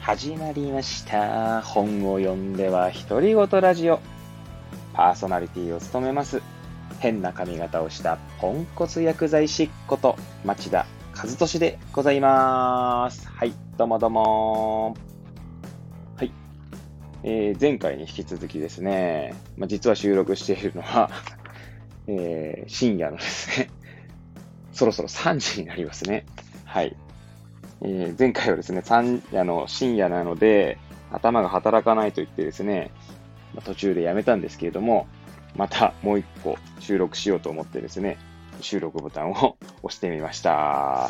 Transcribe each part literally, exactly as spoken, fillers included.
始まりました。本を読んでは独り言ラジオ。パーソナリティを務めます。変な髪型をしたポンコツ薬剤師こと町田和俊でございます。はい、どうもどうも。はい、えー、前回に引き続きですね、まあ、実は収録しているのは、えー、深夜のですね、そろそろさんじになりますね。はい。えー、前回はですね、さんあの深夜なので、頭が働かないと言ってですね、まあ、途中でやめたんですけれども、またもう一個収録しようと思ってですね、収録ボタンを押してみました。はい。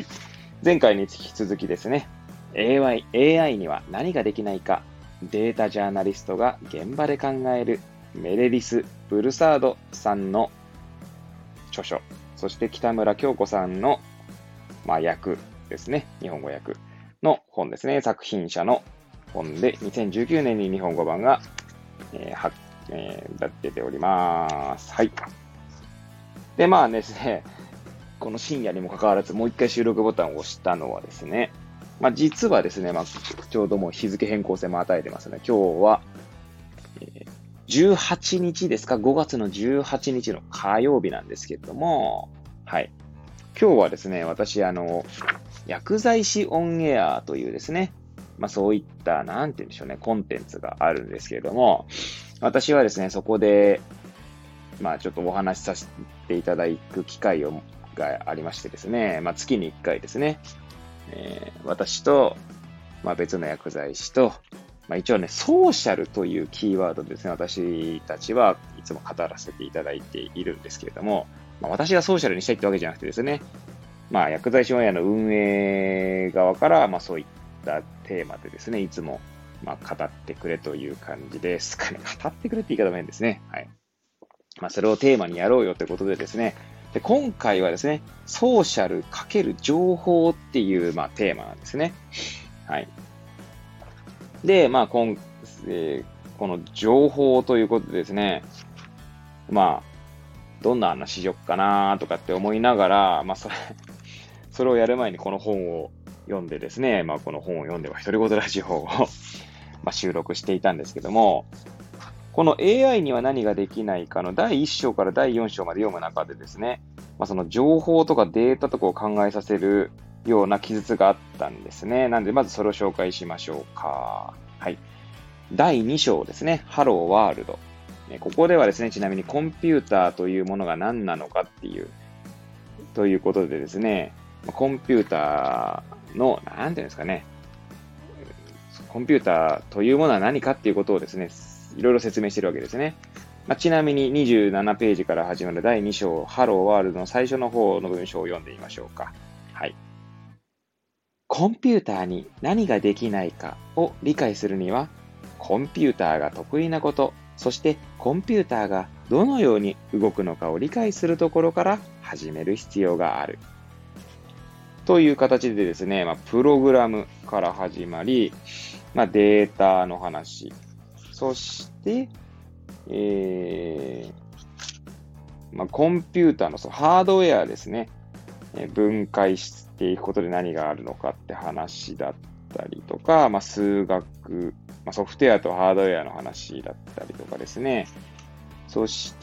前回に引き続きですね、エーアイ、エーアイ には何ができないか、データジャーナリストが現場で考えるメレリス・ブルサードさんの著書、そして北村京子さんの、まあ、訳ですね、日本語訳の本ですね、作品者の本でにせんじゅうきゅうねんに日本語版が、えーはえー、出ております。はい。で、まあですね、この深夜にもかかわらずもう一回収録ボタンを押したのはですね、まあ実はですね、まあちょうどもう日付変更線も与えてますね。今日は、えー、じゅうはちにちですか、ごがつのじゅうはちにちの火曜日なんですけれども、はい。今日はですね、私、あの、薬剤師オンエアというですね、まあそういった、なんて言うんでしょうね、コンテンツがあるんですけれども、私はですね、そこで、まあちょっとお話しさせていただく機会をがありましてですね、まあ月にいっかいですね、えー、私と、まあ別の薬剤師と、まあ一応ね、ソーシャルというキーワードでですね、私たちはいつも語らせていただいているんですけれども、まあ、私がソーシャルにしたいってわけじゃなくてですね、まあ薬剤師オンエアの運営側から、まあそういったテーマでですね、いつもまあ語ってくれという感じですかね。語ってくれって言い方も変ですね。はい。まあそれをテーマにやろうよということでですね、で今回はですね、ソーシャル×情報っていう、まあ、テーマなんですね。はい。で、まあ今、えー、この情報ということでですね、まあ、どんな話しよっかなとかって思いながら、まあそれ、それをやる前にこの本を読んでですね、まあこの本を読んでは独り言ラジオをまあ収録していたんですけども、この エーアイ には何ができないかのだいいっ章からだいよん章まで読む中でですね、まあ、その情報とかデータとかを考えさせるような記述があったんですね。なんでまずそれを紹介しましょうか。はい。だいに章ですね、ハローワールド。ここではですね、ちなみにコンピューターというものが何なのかっていう、ということでですね、コンピューターの、なんていうんですかね、コンピューターというものは何かっていうことをですね、いろいろ説明しているわけですね。まあ、ちなみににじゅうななページから始まるだいに章、ハローワールドの最初の方の文章を読んでみましょうか。はい。コンピューターに何ができないかを理解するには、コンピューターが得意なこと、そしてコンピューターがどのように動くのかを理解するところから始める必要がある。という形でですね、まあ、プログラムから始まり、まあ、データの話、そして、えーまあ、コンピューターのそのハードウェアですね、えー、分解していくことで何があるのかって話だったりとか、まあ、数学、まあ、ソフトウェアとハードウェアの話だったりとかですね。そして、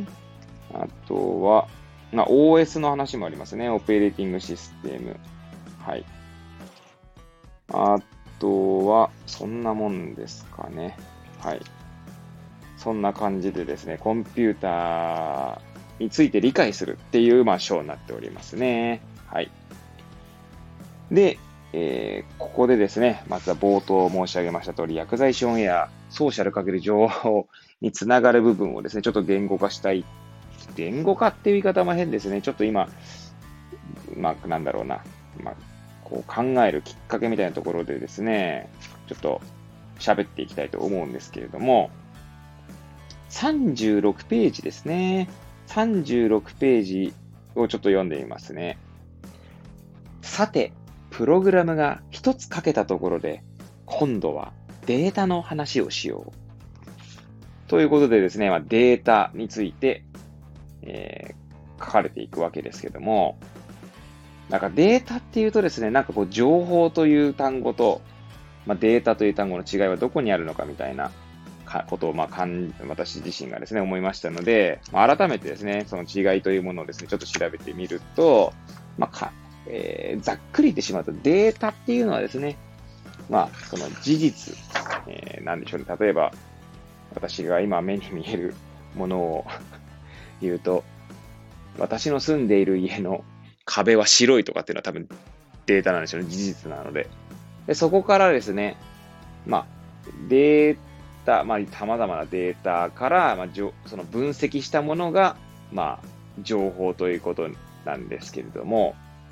あとは、まあ、オーエス の話もありますね。オペレーティングシステム。はい。あとは、そんなもんですかね。はい。そんな感じでですね、コンピューターについて理解するっていう、まあ、章になっておりますね。はい。で、えー、ここでですね、まずは冒頭申し上げました通り、薬剤師オンエア、ソーシャル×情報につながる部分をですね、ちょっと言語化したい。言語化っていう言い方も変ですね。ちょっと今、まあ、なんだろうな。まあ、こう考えるきっかけみたいなところでですね、ちょっと喋っていきたいと思うんですけれども、さんじゅうろくページですね。さんじゅうろくページをちょっと読んでみますね。さて、プログラムが一つ書けたところで、今度はデータの話をしよう。ということでですね、まあ、データについて、えー、書かれていくわけですけども、なんかデータっていうとですね、なんかこう情報という単語と、 まあ、データという単語の違いはどこにあるのかみたいなことを、まあ、かん私自身がですね、思いましたので、まあ、改めてですね、その違いというものをですね、ちょっと調べてみると、まあかえー、ざっくり言ってしまうと、データっていうのはですね、まあ、その事実、えー、なんでしょうね。例えば、私が今目に見えるものを言うと、私の住んでいる家の壁は白いとかっていうのは多分データなんでしょうね。事実なので。でそこからですね、まあ、データ、まあ、様々なデータから、まあ、その分析したものが、まあ、情報ということなんですけれども、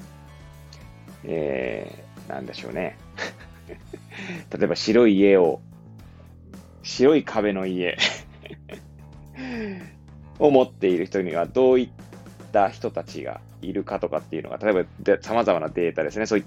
えー、なんでしょうね。例えば白い家を、白い壁の家を持っている人にはどういった人たちがいるかとかっていうのが、例えば様々なデータですね、そういった、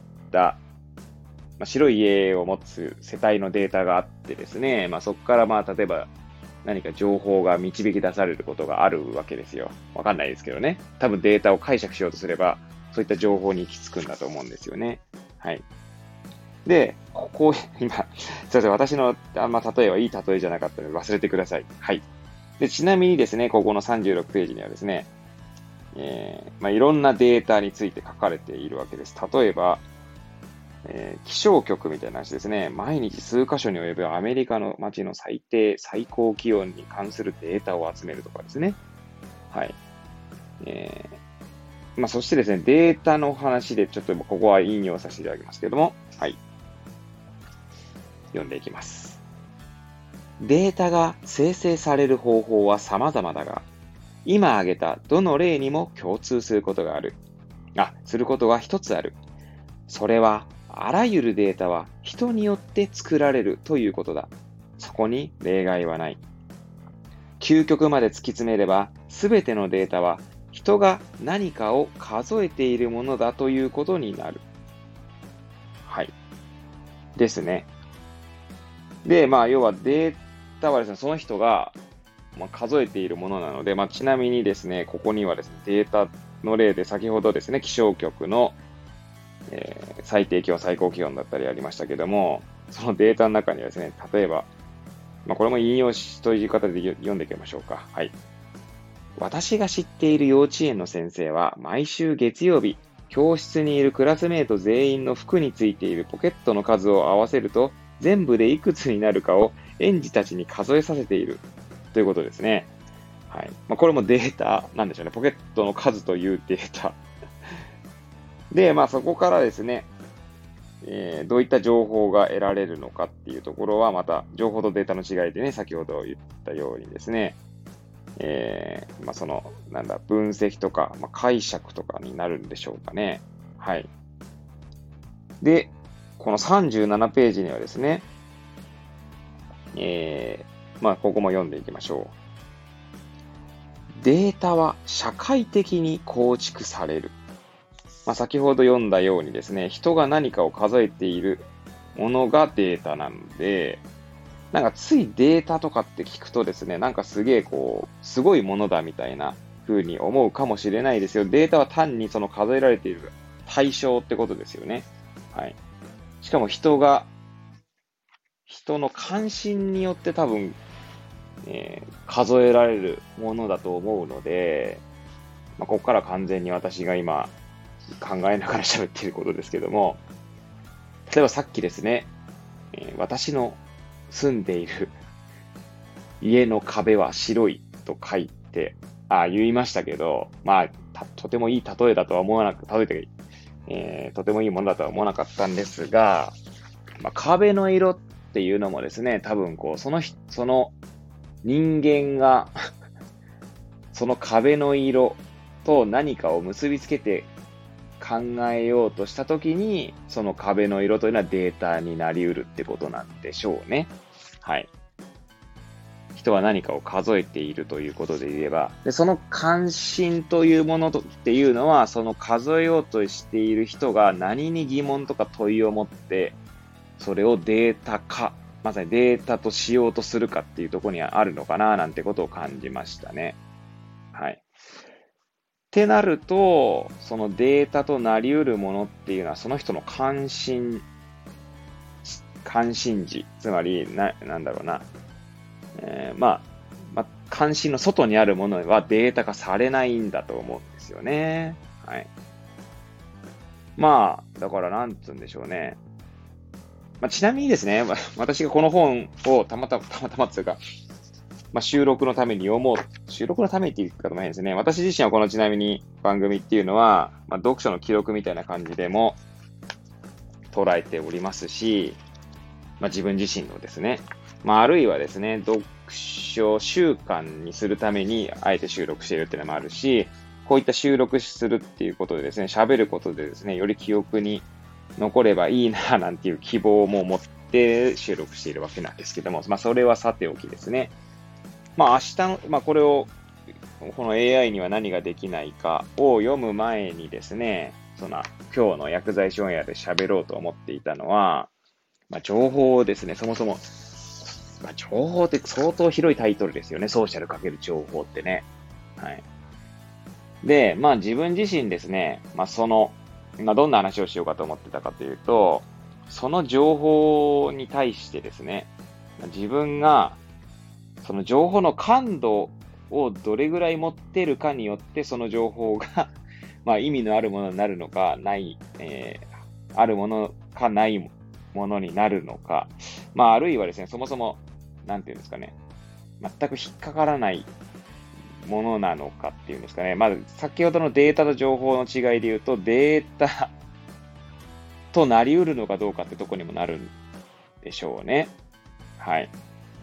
まあ、白い家を持つ世帯のデータがあってですね、まあ、そこからまあ例えば何か情報が導き出されることがあるわけですよ。わかんないですけどね。多分データを解釈しようとすれば、そういった情報に行き着くんだと思うんですよね。はい。で、ここ、今、すいません、私の、あんま例えはいい例えじゃなかったので忘れてください。はい。で、ちなみにですね、ここのさんじゅうろくページにはですね、えー、まあ、いろんなデータについて書かれているわけです。例えば、えー、気象局みたいな話ですね。毎日数カ所に及ぶアメリカの街の最低、最高気温に関するデータを集めるとかですね。はい。えー、まあ、そしてですね、データの話でちょっとここは引用させていただきますけれども、はい。読んでいきます。データが生成される方法は様々だが、今挙げたどの例にも共通することがある。あ、することが一つある。それは、あらゆるデータは人によって作られるということだ。そこに例外はない。究極まで突き詰めれば、すべてのデータは人が何かを数えているものだということになる。はい。ですね。で、まあ、要はデータはですね、その人が、まあ、数えているものなので、まあ、ちなみにですね、ここにはですね、データの例で先ほどですね、気象局の、えー、最低気温、最高気温だったりありましたけども、そのデータの中にはですね、例えば、まあ、これも引用しという言い方で読んでいきましょうか。はい。私が知っている幼稚園の先生は、毎週月曜日、教室にいるクラスメート全員の服についているポケットの数を合わせると、全部でいくつになるかを園児たちに数えさせているということですね。はい。まあ、これもデータなんでしょうね。ポケットの数というデータ。で、まあそこからですね、えー、どういった情報が得られるのかっていうところは、また情報とデータの違いでね、先ほど言ったようにですね、えー、まあその、なんだ、分析とか、まあ、解釈とかになるんでしょうかね。はい。で、このさんじゅうななページにはですね、えー、まあここも読んでいきましょう。データは社会的に構築される。まあ、先ほど読んだようにですね、人が何かを数えているものがデータなので、なんかついデータとかって聞くとですね、なんかすげえこう、すごいものだみたいな風に思うかもしれないですよ。データは単にその数えられている対象ってことですよね。はい。しかも人が、人の関心によって多分、えー数えられるものだと思うので、まあ、ここから完全に私が今考えながら喋っていることですけども、例えばさっきですね、えー私の住んでいる家の壁は白いと書いて、あ言いましたけど、まあ、とてもいい例えだとは思わなく、例えて、えー、とてもいいものだとは思わなかったんですが、まあ、壁の色っていうのもですね、多分こう、その人、その人間がその壁の色と何かを結びつけて考えようとしたときに、その壁の色というのはデータになり得るってことなんでしょうね。はい。人は何かを数えているということで言えば、でその関心というものっていうのは、その数えようとしている人が何に疑問とか問いを持って、それをデータ化、まさにデータとしようとするかっていうところにはあるのかななんてことを感じましたね。はい。ってなると、そのデータとなり得るものっていうのは、その人の関心関心事、つまり、な、なんだろうな、えー、まあ、まあ、関心の外にあるものはデータ化されないんだと思うんですよね。はい。まあ、だからなんつうんでしょうね。まあ、ちなみにですね、私がこの本をたまたま、たまたまというか、まあ、収録のために読もう。収録のためにって言うかも変ですね。私自身はこのちなみに番組っていうのは、まあ、読書の記録みたいな感じでも捉えておりますし、まあ、自分自身のですね、まあ、あるいはですね、読書習慣にするためにあえて収録しているっていうのもあるし、こういった収録するっていうことでですね、喋ることでですね、より記憶に残ればいいななんていう希望も持って収録しているわけなんですけども、まあ、それはさておきですね。まあ、明日の、まあ、これを、この エーアイ には何ができないかを読む前にですね、その、今日の薬剤師オンエアで喋ろうと思っていたのは、まあ、情報をですね、そもそも、まあ、情報って相当広いタイトルですよね。ソーシャルかける情報ってね。はい。で、まあ自分自身ですね、まあその、まあどんな話をしようかと思ってたかというと、その情報に対してですね、自分がその情報の感度をどれぐらい持ってるかによって、その情報がまあ意味のあるものになるのか、ない、えー、あるものかないものになるのか、まああるいはですね、そもそも、なんていうんですかね、全く引っかからないものなのかっていうんですかね。まず、先ほどのデータと情報の違いで言うと、データとなり得るのかどうかってとこにもなるんでしょうね。はい。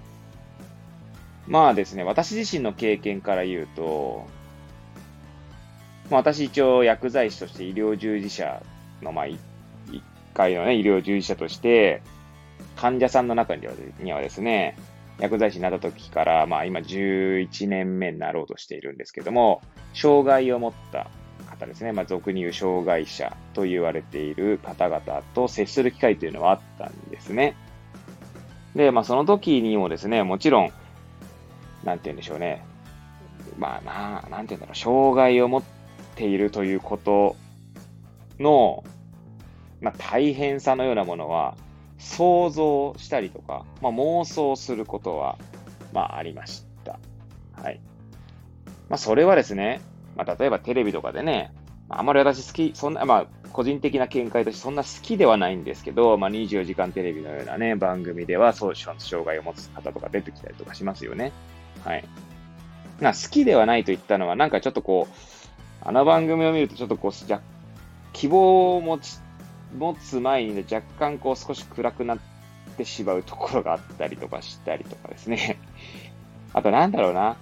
まあですね、私自身の経験から言うと、まあ、私一応薬剤師として医療従事者の、まあ、一回のね、医療従事者として、患者さんの中にはにはですね、薬剤師になった時から、まあ今じゅういちねんめになろうとしているんですけども、障害を持った方ですね、まあ俗に言う障害者と言われている方々と接する機会というのはあったんですね。で、まあその時にもですね、もちろん、なんて言うんでしょうね。まあな、なんて言うんだろう、障害を持っているということの、まあ大変さのようなものは、想像したりとか、まあ、妄想することは、まあ、ありました。はい。まあ、それはですね、まあ、例えばテレビとかでね、あんまり私好き、そんな、まあ、個人的な見解としてそんな好きではないんですけど、まあ、にじゅうよじかんテレビのようなね、番組では、そう、障害を持つ方とか出てきたりとかしますよね。はい。まあ、好きではないと言ったのは、なんかちょっとこう、あの番組を見るとちょっとこう、じゃ、希望を持ち、持つ前にね、若干こう少し暗くなってしまうところがあったりとかしたりとかですね。あとなんだろうな。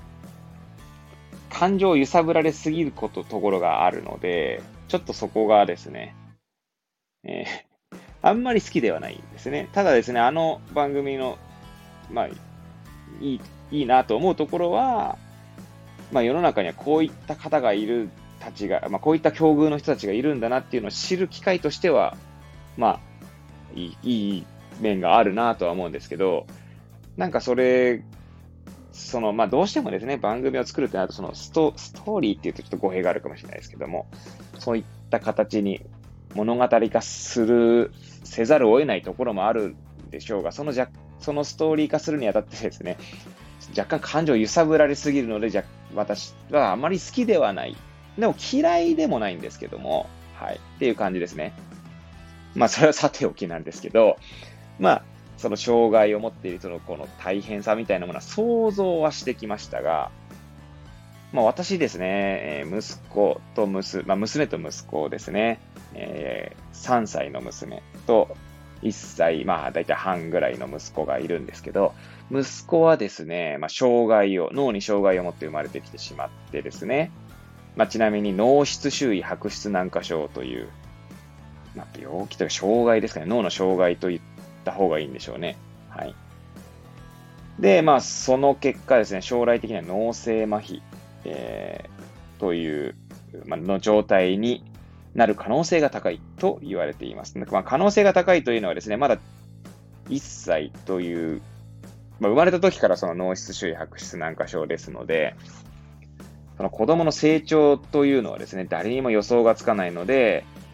感情を揺さぶられすぎること、ところがあるので、ちょっとそこがですね、えー、あんまり好きではないんですね。ただですね、あの番組の、まあ、いい、いいなと思うところは、まあ世の中にはこういった方がいるたちが、まあこういった境遇の人たちがいるんだなっていうのを知る機会としては、まあ、いい、いい面があるなとは思うんですけど、なんかそれ、その、まあどうしてもですね、番組を作るってなると、そのスト、ストーリーっていうとちょっと語弊があるかもしれないですけども、そういった形に物語化する、せざるを得ないところもあるでしょうが、そのじゃ、そのストーリー化するにあたってですね、若干感情を揺さぶられすぎるので、じゃ私はあまり好きではない。でも嫌いでもないんですけども、はい。っていう感じですね。まあ、それはさておきなんですけど、まあ、その障害を持っている人のこの大変さみたいなものは想像はしてきましたが、まあ私ですね、えー息子と娘、まあ娘と息子ですね、えーさんさいの娘といっさい、まあだいたい半ぐらいの息子がいるんですけど、息子はですね、まあ障害を、脳に障害を持って生まれてきてしまってですね、まあちなみに脳室周囲白質軟化症という、まあ病気というか障害ですかね、脳の障害と言った方がいいんでしょうね。はい。で、まあその結果ですね、将来的には脳性麻痺、えーという、まあ、の状態になる可能性が高いと言われています。まあ、可能性が高いというのはですね、まだいっさいという、まあ、生まれた時からその脳室周囲白質軟化症ですので、その子供の成長というのはですね、誰にも予想がつかないので、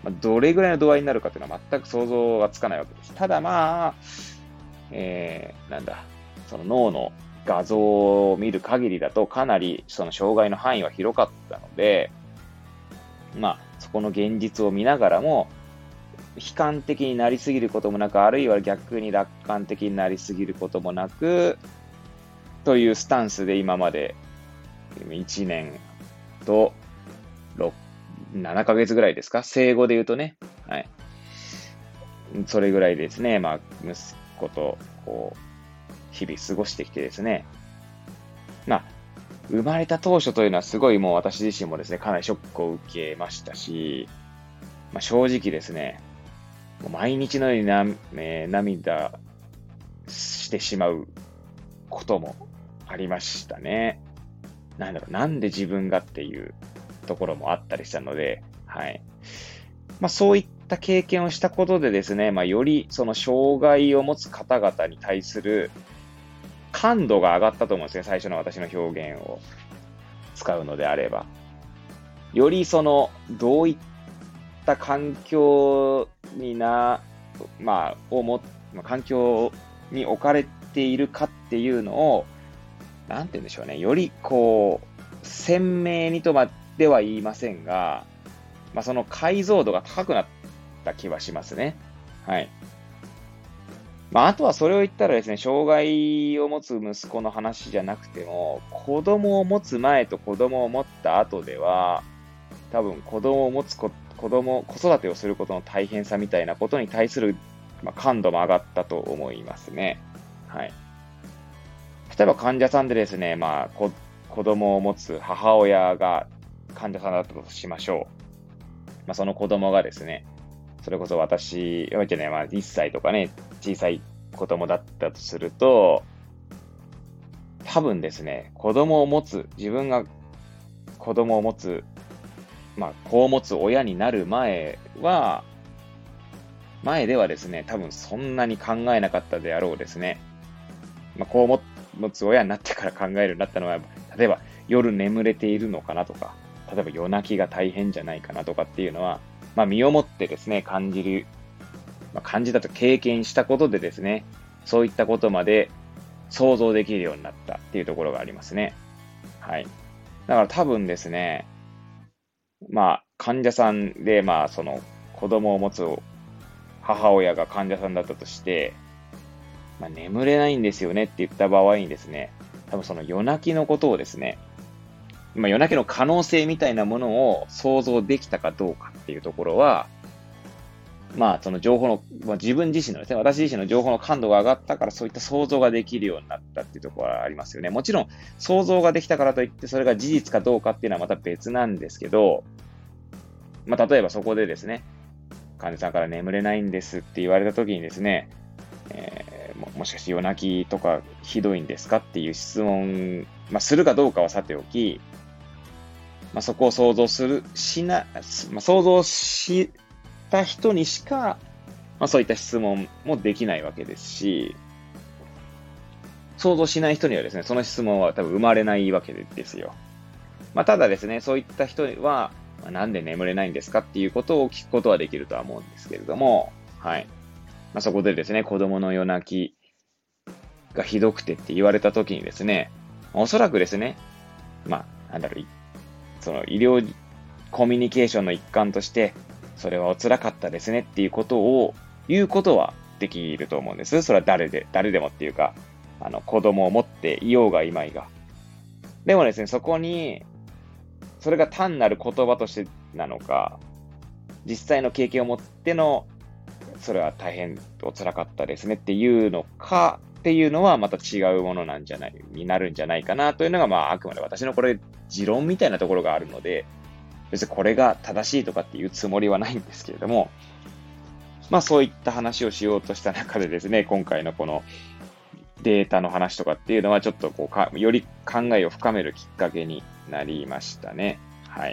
まあ、どれぐらいの度合いになるかというのは全く想像がつかないわけです。ただまあ、えー、なんだ、その脳の画像を見る限りだとかなりその障害の範囲は広かったので、まあ、そこの現実を見ながらも、悲観的になりすぎることもなく、あるいは逆に楽観的になりすぎることもなく、というスタンスで今までいちねんとななかげつぐらいですか、生後で言うとね、はい。それぐらいですね、まあ、息子と、こう、日々過ごしてきてですね、まあ、生まれた当初というのはすごいもう私自身もですね、かなりショックを受けましたし、まあ、正直ですね、もう毎日のようにな、えー涙してしまうこともありましたね。なんだろう、なんで自分がっていうところもあったりしたので、はい。まあそういった経験をしたことでですね、まあよりその障害を持つ方々に対する感度が上がったと思うんですね、最初の私の表現を使うのであれば。よりその、どういった環境にな、まあ、をも、環境に置かれているかっていうのを、なんて言うんでしょうね。よりこう、鮮明にとまでは言いませんが、まあその解像度が高くなった気はしますね。はい。まああとはそれを言ったらですね、障害を持つ息子の話じゃなくても、子供を持つ前と子供を持った後では、多分子供を持つこ、子供、子育てをすることの大変さみたいなことに対する、まあ、感度も上がったと思いますね。はい。例えば患者さんでですね、まあ、こ子供を持つ母親が患者さんだったとしましょう。まあ、その子供がですね、それこそ私、やばいじゃない、まあ、いっさいとかね、小さい子供だったとすると、多分ですね、子供を持つ、自分が子供を持つ、まあ、子を持つ親になる前は、前ではですね、多分そんなに考えなかったであろうですね。まあ、子を持つ親になってから考えるようになったのは、例えば夜眠れているのかなとか、例えば夜泣きが大変じゃないかなとかっていうのは、まあ、身をもってですね、感じる、まあ、感じたと経験したことでですね、そういったことまで想像できるようになったっていうところがありますね。はい。だから多分ですね、まあ、患者さんで、まあ、その子供を持つ母親が患者さんだったとして、まあ、眠れないんですよねって言った場合にですね、多分その夜泣きのことをですね、まあ、夜泣きの可能性みたいなものを想像できたかどうかっていうところは、まあ、その情報の、まあ、自分自身のですね、私自身の情報の感度が上がったから、そういった想像ができるようになったっていうところはありますよね。もちろん、想像ができたからといって、それが事実かどうかっていうのはまた別なんですけど、まあ、例えばそこでですね、患者さんから眠れないんですって言われたときにですね、えー、ももしかして夜泣きとかひどいんですかっていう質問、まあ、するかどうかはさておき、まあ、そこを想像する、しな、まあ、想像した人にしか、まあ、そういった質問もできないわけですし、想像しない人にはですね、その質問は多分生まれないわけですよ。まあ、ただですね、そういった人は、まあ、なんで眠れないんですかっていうことを聞くことはできるとは思うんですけれども、はい。まあ、そこでですね、子供の夜泣きがひどくてって言われたときにですね、おそらくですね、まあ、なんだろう、その医療コミュニケーションの一環として、それはお辛かったですねっていうことを言うことはできると思うんです。それは誰で、誰でもっていうか、あの、子供を持っていようがいまいが。でもですね、そこに、それが単なる言葉としてなのか、実際の経験を持っての、それは大変お辛かったですねっていうのかっていうのはまた違うものなんじゃない、になるんじゃないかなというのが、まあ、あくまで私のこれ、持論みたいなところがあるので、別にこれが正しいとかっていうつもりはないんですけれども、まあそういった話をしようとした中でですね、今回のこのデータの話とかっていうのはちょっとこうか、より考えを深めるきっかけになりましたね。はい。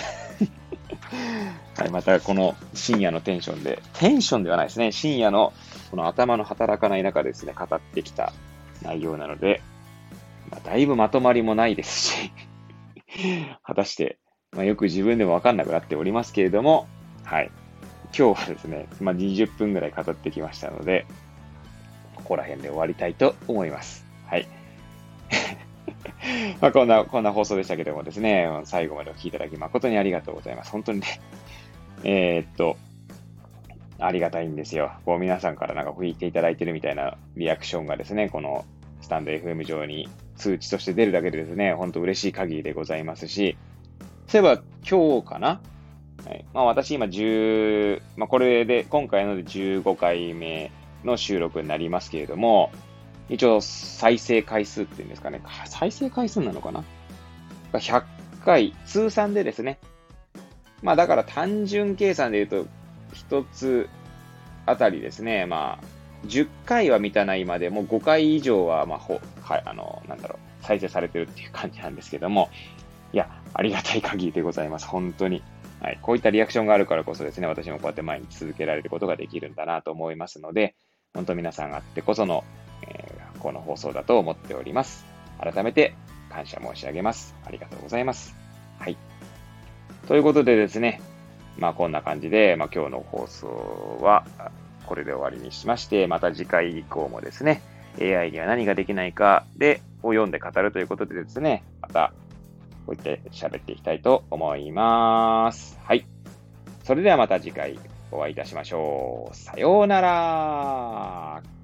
はい、またこの深夜のテンションで、テンションではないですね。深夜のこの頭の働かない中でですね、語ってきた内容なので、まあ、だいぶまとまりもないですし、果たして、まあ、よく自分でもわかんなくなっておりますけれども、 はい。今日はですね、まあ、にじゅっぷんぐらい語ってきましたので、ここら辺で終わりたいと思います。はい。まあこんな、こんな放送でしたけどもですね、最後までお聞きいただき誠にありがとうございます。本当にね、えーっと、ありがたいんですよ。こう皆さんからなんか聞いていただいてるみたいなリアクションがですね、このスタンド エフエム 上に通知として出るだけでですね、本当嬉しい限りでございますし、そういえば今日かな、はい、まあ私今じゅう、まあこれで今回のでじゅうごかいめの収録になりますけれども、一応再生回数っていうんですかね、再生回数なのかな ?ひゃっ 回、通算でですね。まあだから単純計算で言うと、一つあたりですね、まあ、じゅっかいは満たないまでもごかい以上は、まあ、ほ、はい、あの、なんだろう、再生されてるっていう感じなんですけども、いや、ありがたい限りでございます。本当に。はい。こういったリアクションがあるからこそですね、私もこうやって毎日続けられることができるんだなと思いますので、本当皆さんあってこその、えーこの放送だと思っております。改めて感謝申し上げます。ありがとうございます。はい。ということでですね、まあこんな感じで、まあ今日の放送はこれで終わりにしまして、また次回以降もですね、エーアイ には何ができないかで、を読んで語るということでですね、またこうやって喋っていきたいと思います。はい。それではまた次回お会いいたしましょう。さようなら。